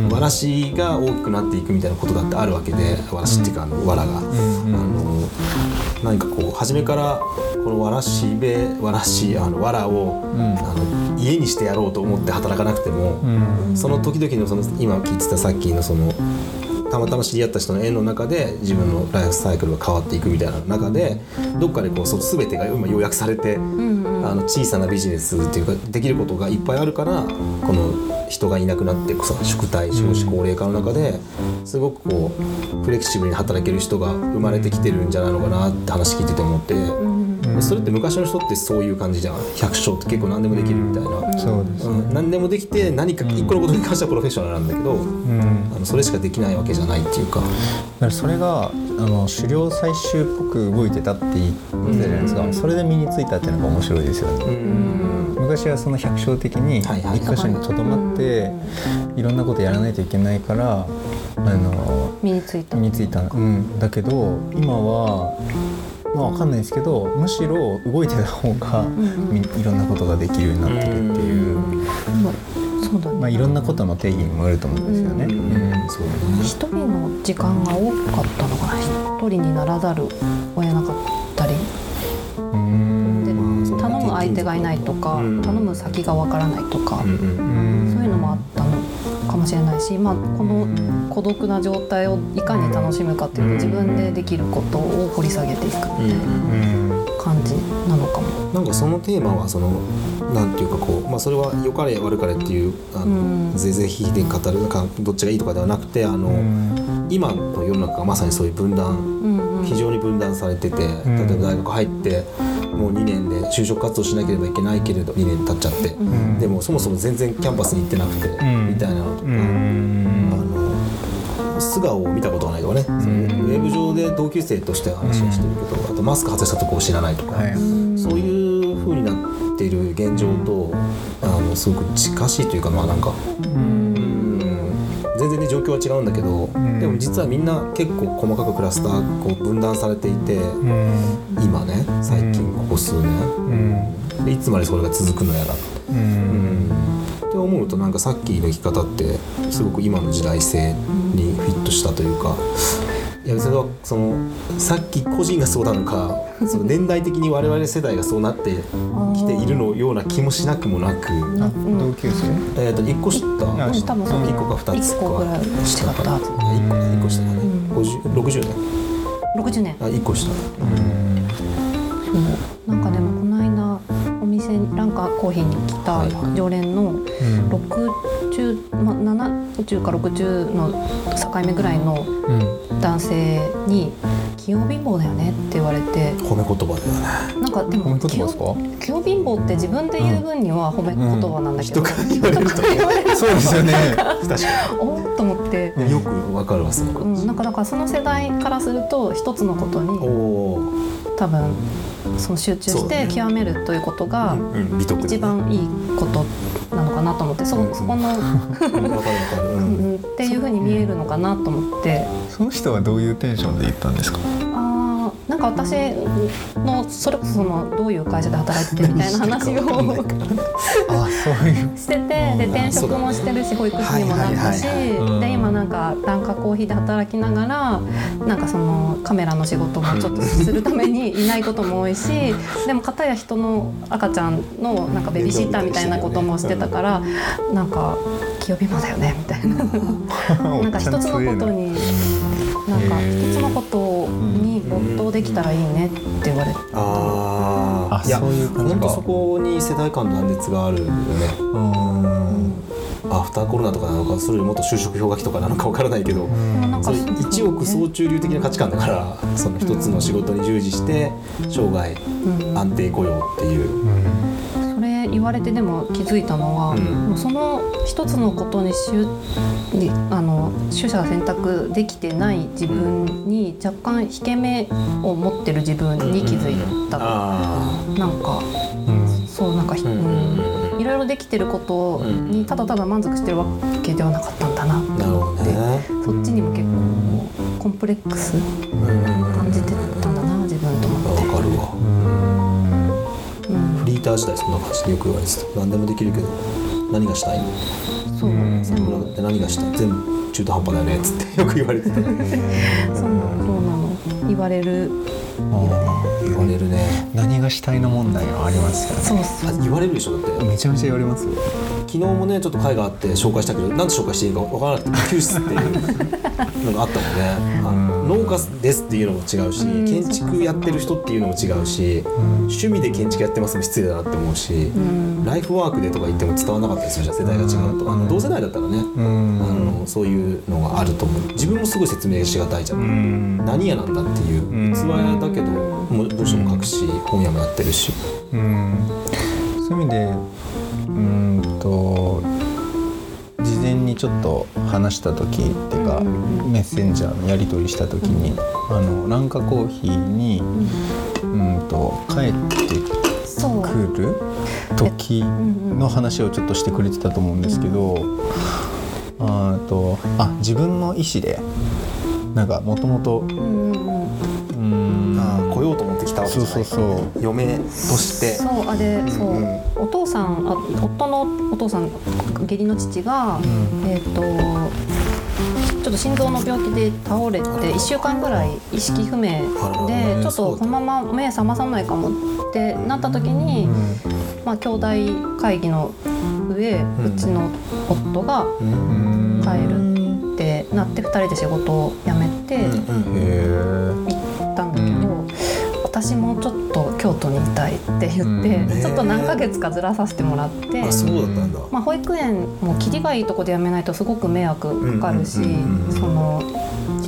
Speaker 1: わらしが大きくなっていくみたいなことだってあるわけで、わらしっていうかあのわらが、うん、あの何かこう初めからこのわらしべわらしあのわらを、うん、あの家にしてやろうと思って働かなくても、うん、その時々のその今聞いてたさっきのそのたまたま知り合った人の縁の中で自分のライフサイクルが変わっていくみたいな中で、どっかでこうその全てが今要約されて、うんうん、あの小さなビジネスっていうかできることがいっぱいあるから、この人がいなくなってさ宿題少子高齢化の中ですごくこうフレキシブルに働ける人が生まれてきてるんじゃないのかなって話聞いてて思って、うん、それって昔の人ってそういう感じじゃん。百姓って結構何でもできるみたいな、うんそうですね、うん、何でもできて何か一個のことに関してはプロフェッショナルなんだけど、うん、あのそれしかできないわけじゃないっていうか、だ
Speaker 2: からそれがあの狩猟採集っぽく動いてたって言ってたじゃないですか、うん、それで身についたっていうのが面白いですよね、うん、昔はその百姓的に一箇所にとどまっていろんなことやらないといけないからあの
Speaker 3: 身についた
Speaker 2: 身についた、うん、だけど今はまあ分かんないですけど、むしろ動いてた方が、うんうん、いろんなことができるようになってるっていう、うんそうだね、まあ、いろんなことの定義にもよると思うんですよね、うんうん、
Speaker 3: そうだね。一人の時間が多かったのかな、一人にならざるを得なかったり、うんで頼む相手がいないとか、うん、頼む先がわからないとか、うん、そういうのもあったのかもしれないし、まあ、この孤独な状態をいかに楽しむかっていうと、自分でできることを掘り下げていくみたいな感じなのかも。
Speaker 1: なんかそのテーマはそのなんていうかこう、まあ、それは良かれ悪かれっていうあの、うん、ぜいぜいひいて語るかどっちがいいとかではなくて、あの、うん、今の世の中がまさにそういう分断非常に分断されてて、例えば大学入ってもうにねんで就職活動しなければいけないけれどにねん経っちゃって、うん、でもそもそも全然キャンパスに行ってなくて、うん、みたいなのとか、うん、あの素顔を見たことがないとかね、うん、そのウェブ上で同級生として話をしてるけど、うん、あとマスク外したとこを知らないとか、はい、そういう風になっている現状とあのすごく近しいというか、まあなんか、うん、全然ね状況は違うんだけど、うん、でも実はみんな結構細かくクラスターこう分断されていて、うん、今ね最近ここ数年、うん、でいつまでそれが続くのやらって、うんうん、って思うとなんかさっきの生き方ってすごく今の時代性にフィットしたというか、いやそれはそのさっき個人がそうなのかその年代的に我々世代がそうなってきているのような気もしなくもなく、
Speaker 2: 同級生、
Speaker 1: えー、といっこ下、
Speaker 3: 多分そう
Speaker 1: いっこかふたつか
Speaker 3: 下かな、
Speaker 1: いっこ下だね、ろくじゅうねん
Speaker 3: ろくじゅうねん、
Speaker 1: あいっこ下、うん、
Speaker 3: そうなんかでもこの間お店にランカコーヒーに来た常連のろくじゅう、まあ、ななじゅうかろくじゅうの境目ぐらいの男性に器用貧乏だよねって言われて、
Speaker 1: 褒め言葉だよね。
Speaker 3: なんかでも器用貧乏って自分で言う分には褒め言葉なんだけど、うんうん、人から言われると
Speaker 2: そうですよね確かに
Speaker 3: おーっと思って、
Speaker 1: よくわかるわその感じ、
Speaker 3: うん、なんかだからその世代からすると一つのことに多分その集中して極めるということが一番いいことなのかなと思って、そこのっていう風に見えるのかなと思って。
Speaker 2: その人はどういうテンションで言ったんですか？
Speaker 3: あなんか私のそれこそそのどういう会社で働いててみたいな話を
Speaker 2: あそういう
Speaker 3: してて、で転職もしてるし保育士にもなったし、で今なんかランカコーヒーで働きながらなんかそのカメラの仕事もちょっとするためにいないことも多いし、でも片や人の赤ちゃんのなんかベビーシッターみたいなこともしてたから、なんか器用貧乏だよねみたいななんか一つのことになんか一つのことに没頭できたらいいねって言われて、
Speaker 1: ああ、いや、本当そこに世代間の断絶があるよね。うん、アフターコロナとかなのか、それよりもっと就職氷河期とかなのかわからないけど、それ一億総中流的な価値観だから、その一つの仕事に従事して生涯安定雇用っていう。
Speaker 3: それ言われてでも気づいたのは、うん、もうその一つのことに集にあの取捨が選択できてない自分に若干引け目を持ってる自分に気づいた、うん、なんか、うん、そうなんか、うん、いろいろできてることにただただ満足してるわけではなかったんだなって思って、ね、そっちにも結構コンプレックス感じてたんだな自分と思って。
Speaker 1: わかるわ。フリーター時代そんな感じでよく言われてた。何でもできるけど何がしたいの？
Speaker 3: そう、
Speaker 1: 全部って何がしたい？全部中途半端だよねっつってよく言われてた。そうなの、
Speaker 3: そうなの、言われる。
Speaker 1: 言われるね。
Speaker 2: 何がしたいの問題はありますよね。
Speaker 3: そうそう。
Speaker 1: 言われるでしょだって。
Speaker 2: めちゃめちゃ言われますよ。
Speaker 1: 昨日もねちょっと会があって紹介したけど、なんで紹介していいか分からなくて救出っていうのがあったもんね。あの農家ですっていうのも違うし、建築やってる人っていうのも違うし、趣味で建築やってますも失礼だなって思うし、ライフワークでとか言っても伝わらなかったりするじゃん、世代が違うと。あの同世代だったらね、あのそういうのがあると思う。自分もすごい説明しがたいじゃん。何屋なんだっていう器だけど文章も書くし本屋もやってるし、
Speaker 2: うん、そういう意味でうんと事前にちょっと話した時っていうかメッセンジャーのやり取りした時にあのランカコーヒーにうんと帰ってくる時の話をちょっとしてくれてたと思うんですけど、あとあ自分の意思でなんかもともと
Speaker 1: 来ようと思ってきたわけじゃない、そうそうそう、嫁として
Speaker 3: そうあれ、うん、そう、うん、お父さんあ夫のお父さん義理の父が、うん、えっとちょっと心臓の病気で倒れていっしゅうかんぐらい意識不明でちょっとこのまま目覚まさないかもってなった時に、まあ、兄弟会議の上、うん、うちの夫が帰るってなってふたりで仕事を辞めて行ったんだけど、私もちょっと京都にいたいって言って、うん、ちょっと何ヶ月かずらさせてもらって、
Speaker 1: あ、そうだったんだ。
Speaker 3: まあ、保育園も切りがいいとこで辞めないとすごく迷惑かかるし、その一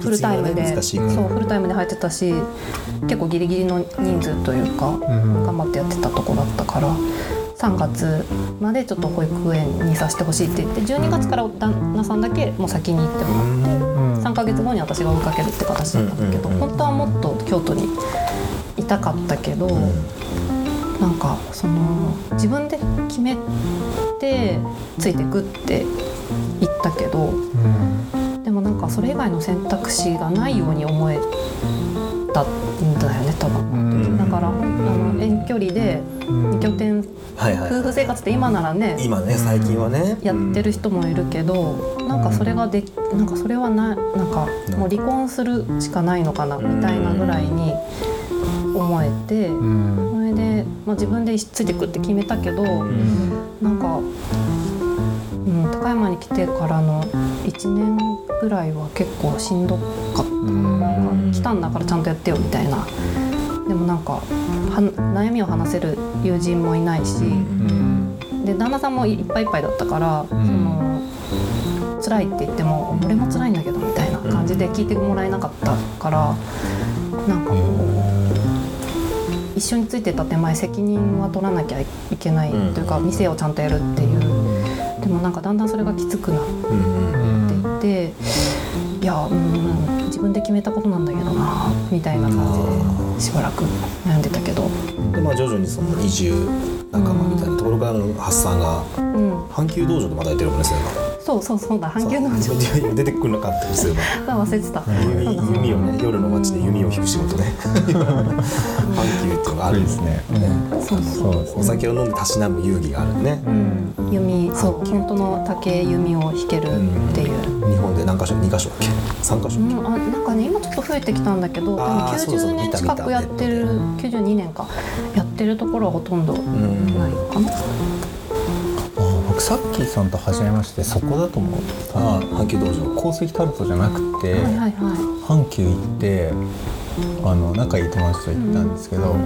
Speaker 3: フルタイムで、
Speaker 1: 難しいから
Speaker 3: そうフルタイムで入ってたし、結構ギリギリの人数というか、頑張ってやってたとこだったから、さんがつまでちょっと保育園にさせてほしいって言って、じゅうにがつから旦那さんだけもう先に行ってもらって、さんかげつごに私が追いかけるって形だったんだけど、本当はもっと京都にいたかったけど、なんかその自分で決めてついてくって言ったけど、でもなんかそれ以外の選択肢がないように思えたんだよね多分。だからあの遠距離でに拠点夫婦生活って今ならね、
Speaker 1: 今ね最近はね
Speaker 3: やってる人もいるけど、なんかそれがでなんかそれはななんかもう離婚するしかないのかなみたいなぐらいに思えて、それで、まあ、自分でついてくって決めたけど、なんか、うん、高山に来てからのいちねんぐらいは結構しんどかった。なんか来たんだからちゃんとやってよみたいな。でもなんかは悩みを話せる友人もいないし、で旦那さんもいっぱいいっぱいだったから、その辛いって言っても俺も辛いんだけどみたいな感じで聞いてもらえなかったから、なんかこう一緒についてた手前責任は取らなきゃいけないというか、店をちゃんとやるっていう。でもなんかだんだんそれがきつくなっていって、いや、うん、自分で決めたことなんだけどなみたいな感じでしばらく悩んでたけど、
Speaker 1: で、まあ、徐々にその移住仲間みたいなところからの発散が、うん、阪急道場でまだやってるもんね、
Speaker 3: そうそうそうだ、阪急道
Speaker 1: 場出てくるのかってすれば
Speaker 3: 忘れてた。
Speaker 1: 弓をね、夜の街で弓を引く仕事ね阪急っていうのがあるんですね。そうそう、お酒を飲んでたしなむ遊戯があるね、うん、
Speaker 3: 弓、そう、本当の竹弓を引けるっていう、
Speaker 1: うん、日本で何箇所、に箇所だっけ、さん箇所、うん、
Speaker 3: あ、なんかね今ちょっと増えてきたんだけど、でもきゅうじゅうねん近くやってる、きゅうじゅうにねんかやってるところはほとんどないかな。
Speaker 2: 僕さっきさんと初めまして、そこだと思う。
Speaker 1: ああ、阪急道場、
Speaker 2: 鉱石タルトじゃなくて、はいはいはい、阪急行ってあの仲いい友達と行ったんですけど、うん、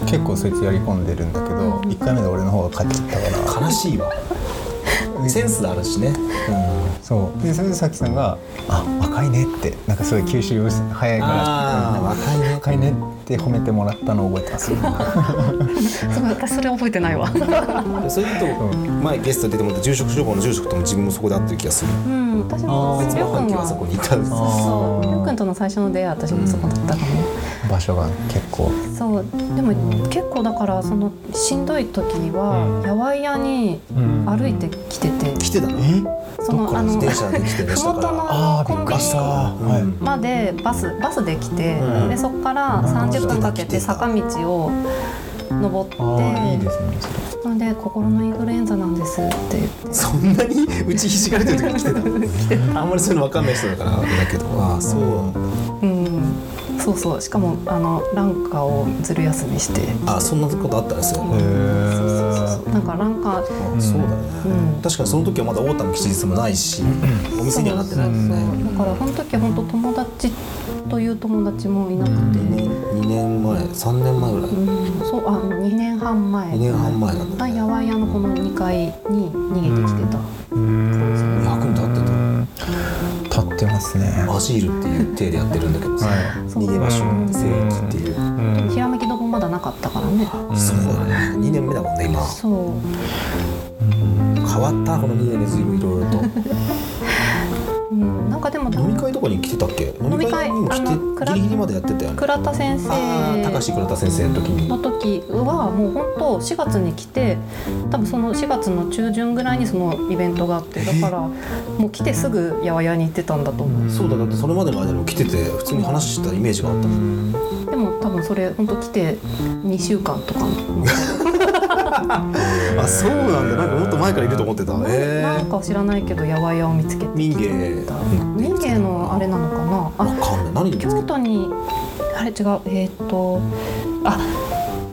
Speaker 2: 結構そいつやり込んでるんだけど、うん、いっかいめで俺の方が勝っちゃったから
Speaker 1: 悲しいわセンスあるしね、うん、
Speaker 2: そうで、それでさきさんが「あ、若いね」ってなんかすごい吸収早いから
Speaker 1: あ、うん、若いね
Speaker 2: 若いねって褒めてもらったのを覚えてます
Speaker 3: そう私それ覚えてないわ
Speaker 1: それと前ゲストで出てもらった住職処方の住職とも自分もそこで会ってる気がする。
Speaker 3: うん、私も
Speaker 1: 別の阪急はそこにいたんです。
Speaker 3: そう、りょうくんとの最初の出会いは私もそこだったかも、
Speaker 2: うん、場所が結構
Speaker 3: そうでも、うん、結構だからそのしんどい時は、うん、八百屋に歩いてきてて、
Speaker 1: うん、来てたの？
Speaker 3: そのあの
Speaker 1: 自転車で来てましたから、
Speaker 3: 麓のコンビニまでバスバスで来て、うん、でそこからさんじゅっぷんかけて坂道を登って、
Speaker 2: いいですね、
Speaker 3: それで心のインフルエンザなんですって言って、
Speaker 1: そんなに打ちひしがれてる時に来てた来てたあんまりそういうの分かんない人だからあれだけど、ああそうなんだ、
Speaker 3: うん、そうそう、しかもあの欄下をずる休みして、
Speaker 1: あ、そんなことあったんですよ。へ
Speaker 3: え、そうそうそう、なんか欄下、
Speaker 1: うん、そうだね、うん、確かにその時はまだ大田の吉日もないし、うん、お店にはなってないもんね。
Speaker 3: そうそうそう、だからその時は本当友達という友達もいなくて、
Speaker 1: にねんまえ、さんねんまえぐらい、
Speaker 3: うん、そう、あ、にねんはんまえ、
Speaker 1: にねんはんまえなんだね。
Speaker 3: 八百屋のこのにかいに逃げてきてた感じで、
Speaker 1: 役に立ってた、
Speaker 2: 立ってますね。
Speaker 1: アジールっていう体でやってるんだけどさ、はい、逃げ場所聖域っていう、
Speaker 3: うん、ひらめきどこまだなかったからね、
Speaker 1: うん、そうだね、にねんめだもんね今。
Speaker 3: そう、
Speaker 1: 変わったこのにねんで随分いろいろと
Speaker 3: うん、なんかでも
Speaker 1: 飲み会とかに来てたっけ？飲み会にも来てギリギリまでやってたよね。
Speaker 3: 倉田先生、
Speaker 1: 高橋倉田先生の時に
Speaker 3: の時はもう本当しがつに来て、多分そのしがつの中旬ぐらいにそのイベントがあって、だからもう来てすぐ八百屋に行ってたんだと思う。
Speaker 1: そうだ、だってそれまでの間にも来てて普通に話してたイメージがあったもん。
Speaker 3: でも多分それ本当来てにしゅうかんとか
Speaker 1: あ、そうなんだ。なんかもっと前からいると思ってた。
Speaker 3: えー、なんか知らないけど八百屋を見つけて
Speaker 1: 民芸
Speaker 3: 民芸のあれなのかな。
Speaker 1: あ、わかんない。何で見つけた？
Speaker 3: 京都にあれ違う、えっ、ー、とあ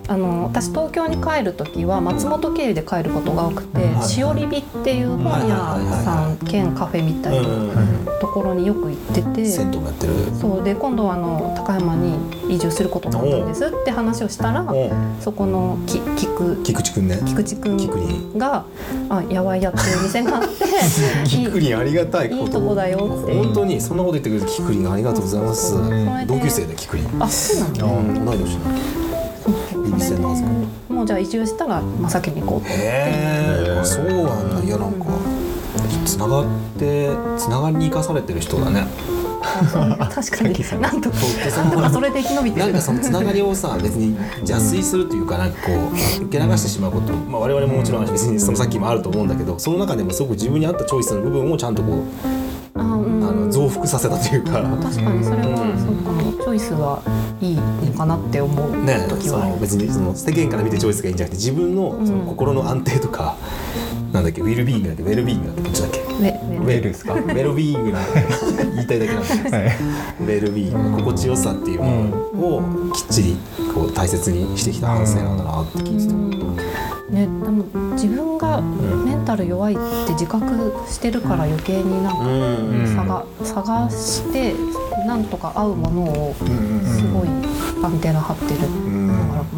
Speaker 3: あの私東京に帰る時は松本経由で帰ることが多くて、うん、しおりびっていう本屋さん兼カフェみたいなところによく行ってて、
Speaker 1: 銭湯もやってる。
Speaker 3: そうで今度はあの高山に移住することになったんですって話をしたら、そこのき菊
Speaker 1: 菊池くんね
Speaker 3: 菊池くんがあやわいやっていう店があって
Speaker 1: 菊林ありがたいこと
Speaker 3: いいとこだよって
Speaker 1: 本当にそんなこと言ってくれて菊林ありがとうございます。同級生で菊林。
Speaker 3: あそうなんだ、
Speaker 1: うん、同い年な
Speaker 3: ビビセンなんですか。もうじゃあ移住したら真っ先に行こうと思って。
Speaker 1: へー、そうなんだ。いやなんかつながってつながりに生かされてる人だね。
Speaker 3: 確かになんとなんとかそれで生き延びてる。
Speaker 1: なんかそのつながりをさ別に邪推するというかなんかこう受け流してしまうこと、まあ、我々ももちろん別にそのさっきもあると思うんだけど、その中でもすごく自分に合ったチョイスの部分をちゃんとこうあの増幅させたというか。
Speaker 3: 確かにそれはそうかも。チョイスはいいのかなって思う
Speaker 1: ね。
Speaker 3: 時は
Speaker 1: その別にその世間から見てチョイスがいいんじゃなくて自分のその心の安定とか、うん、なんだっけウィルビーイングだっけウェルビーイングだっけどっちだっけ
Speaker 3: ウェ
Speaker 1: ウェルですかウェルビーイングな言いたいだけなんですけど、はい、ウェルビーイング心地よさっていうものをきっちりこう大切にしてきた反省なんだなって聞いてた、うん
Speaker 3: ね、でも自分がメンタル弱いって自覚してるから余計になんか探、うん、探してなんとか合うものをすごいアンテナ張ってる、うん、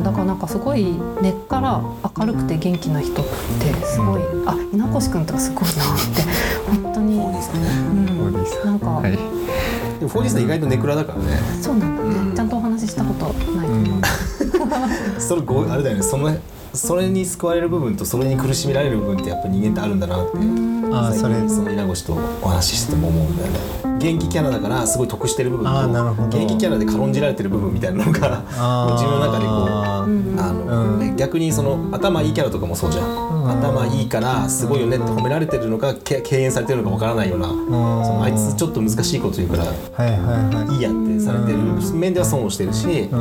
Speaker 3: だからなんかすごい根っから明るくて元気な人ってすごい、うん、あ稲越くんとかすごいなって本当に
Speaker 1: そうですね、
Speaker 3: うん、なんか、はい、
Speaker 1: でもフォーディーさん意外とネクラだからね。
Speaker 3: そうなんだね、うん、ちゃんとお話ししたことないと思う、
Speaker 1: うん、それごあれだよねそのそれに救われる部分とそれに苦しめられる部分ってやっぱ人間ってあるんだなって
Speaker 2: あそれ
Speaker 1: その稲越とお話ししてても思うんだよね。元気キャラだからすごい得してる部分と元気キャラで軽んじられてる部分みたいなのが自分の中でこうあの、うん、逆にその頭いいキャラとかもそうじゃん、うん、頭いいからすごいよねって褒められてるのか敬遠されてるのかわからないような、うん、そのあいつちょっと難しいこと言うから、はいはいはい、いいやってされてる面では損をしてるし、うん、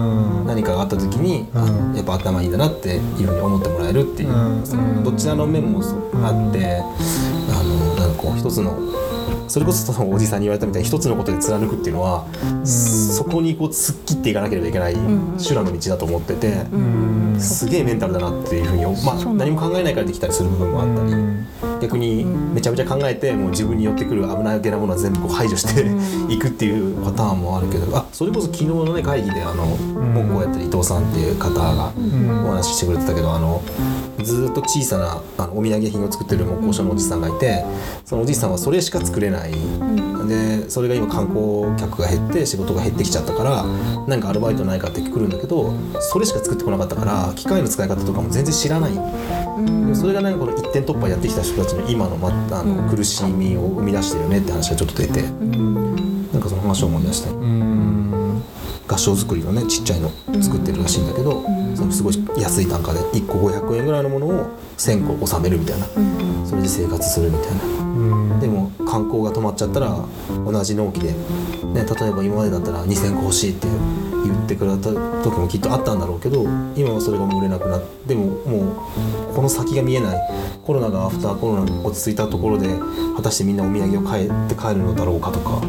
Speaker 1: 何かがあった時に、うん、やっぱ頭いいんだなっていうふうに思ってもらえるっていう、うん、そのどちらの面もあって、あのなんかこう一つのそれこそそのおじさんに言われたみたいに一つのことで貫くっていうのは、うん、そこにこう突っ切っていかなければいけない修羅の道だと思ってて、うん、すげえメンタルだなっていうふうに、まあ、何も考えないからできたりする部分もあったり、うん、逆にめちゃめちゃ考えてもう自分に寄ってくる危ないげなものは全部こう排除していくっていうパターンもあるけど、あそれこそ昨日の、ね、会議であの木工やってる伊藤さんっていう方がお話ししてくれてたけど、あのずっと小さなあのお土産品を作ってる木工所のおじさんがいて、そのおじさんはそれしか作れない、うん、でそれが今観光客が減って仕事が減ってきちゃったから何かアルバイトないかって来るんだけど、それしか作ってこなかったから機械の使い方とかも全然知らない、うん、それがなんかこの一点突破やってきた人たちの今の、ま、あの苦しみを生み出してるよねって話がちょっと出て、うん、なんかその話を思い出したい、うん、合掌造りのねちっちゃいの作ってるらしいんだけど、うん、そのすごい安い単価でいっこごひゃくえんぐらいのものをせんこ納めるみたいな、うん、それで生活するみたいな、うん、でも観光が止まっちゃったら同じ納期で、ね、例えば今までだったらにせんこ欲しいって言ってくれた時もきっとあったんだろうけど、今はそれがもう売れなくなって、でももうこの先が見えない、コロナがアフターコロナが落ち着いたところで果たしてみんなお土産を買って帰るのだろうかとか、うん、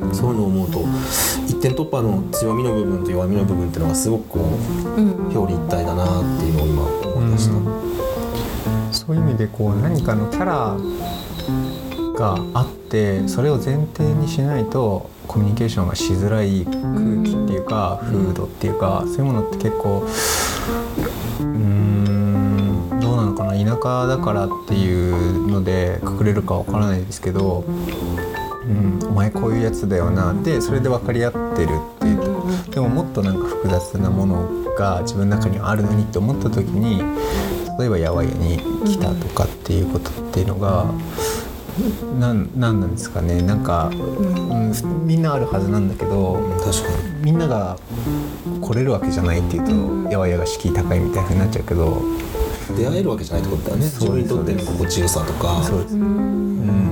Speaker 1: そういうのを思うと一点突破の強みの部分と弱みの部分っていうのがすごくこう、うん、表裏一体だなっていうのを今思いました、うん、
Speaker 2: そういう意味でこう何かのキャラがあってそれを前提にしないとコミュニケーションがしづらい空気っていうか、うん、風土っていうか、そういうものって結構うーんどうなのかな、田舎だからっていうのでくくれるかわからないですけど、うん、お前こういうやつだよなでそれで分かり合ってるっていう、でももっとなんか複雑なものが自分の中にはあるのにって思った時に、例えば八百屋に来たとかっていうことっていうのがなん、なんなんですかね、なんか、うんうん、みんなあるはずなんだけど、
Speaker 1: 確かに
Speaker 2: みんなが来れるわけじゃないっていうと、うん、八百屋が敷居高いみたいな風になっちゃうけど、
Speaker 1: 出会えるわけじゃないってことだよね。自分にとっての心地よさとか、そうです、うん、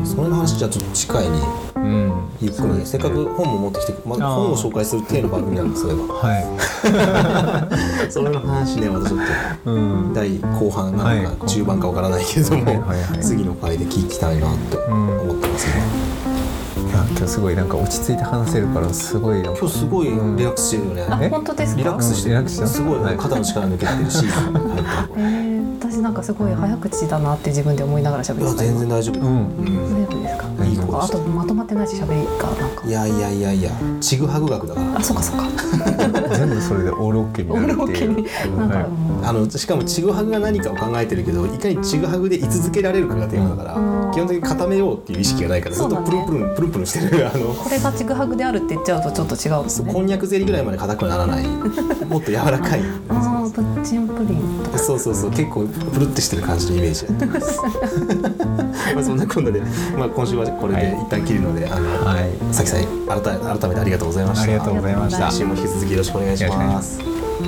Speaker 1: それの話じゃちょっと近いに、うん、ゆっくり、ね、せっかく本も持ってきて、まあ、本を紹介する体の番組なんですよ、はい、それの話ね、またちょっと、うん、第後半なのか中盤かわからないけれども、はいはいはいはい、次の回で聞きたいなって思ってますね、
Speaker 2: 今日すごいなんか落ち着いて話せるからすごい
Speaker 1: 今日すごいリラックスしてるよね、
Speaker 3: うん、あ本当ですか。
Speaker 1: リラックスしてる、うん、すごい、はい、肩の力抜けてるし、
Speaker 3: はいえー、私なんかすごい早口だなって自分で思いながら喋ってた。
Speaker 1: いや全然大丈夫、うん
Speaker 3: うん、大丈夫ですか。いい子でした。あとまとまってないし喋りがなんか
Speaker 1: いやいやいやいやちぐはぐ学だから。
Speaker 3: あそうかそうか
Speaker 2: 全部それでオールオッケーになるっていう
Speaker 3: なんか、はい、
Speaker 1: あのしかもちぐはぐが何かを考えてるけどいかにちぐはぐで居続けられるかがテーマだから、うん、基本的に固めようっていう意識がないからずっとプルンプルン、ね、プルンプルンしてるあの
Speaker 3: これがちぐはぐであるって言っちゃうとちょっと違うんですね。
Speaker 1: こんにゃくゼリーぐらいまで硬くならないもっと柔らかい
Speaker 3: ああプッチンプリンとか
Speaker 1: そうそうそう結構プルってしてる感じのイメージやってますまあそんな今度で、まあ、今週はこれで一旦切るので、はい、あの、はい、さきさん改め、改めてありがとうございました。
Speaker 2: ありがとうございました。
Speaker 1: 来週も引き続きよろしくお願いします。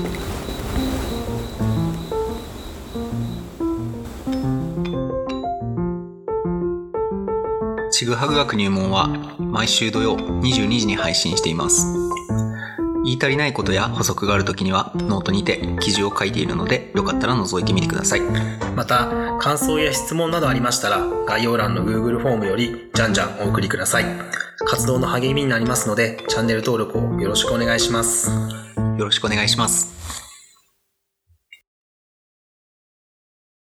Speaker 2: ちぐはぐ学入門は毎週土曜にじゅうにじに配信しています。言い足りないことや補足があるときにはノートにて記事を書いているのでよかったら覗いてみてください。
Speaker 1: また感想や質問などありましたら概要欄の Google フォームよりじゃんじゃんお送りください。活動の励みになりますのでチャンネル登録をよろしくお願いします。
Speaker 2: よろしくお願いします。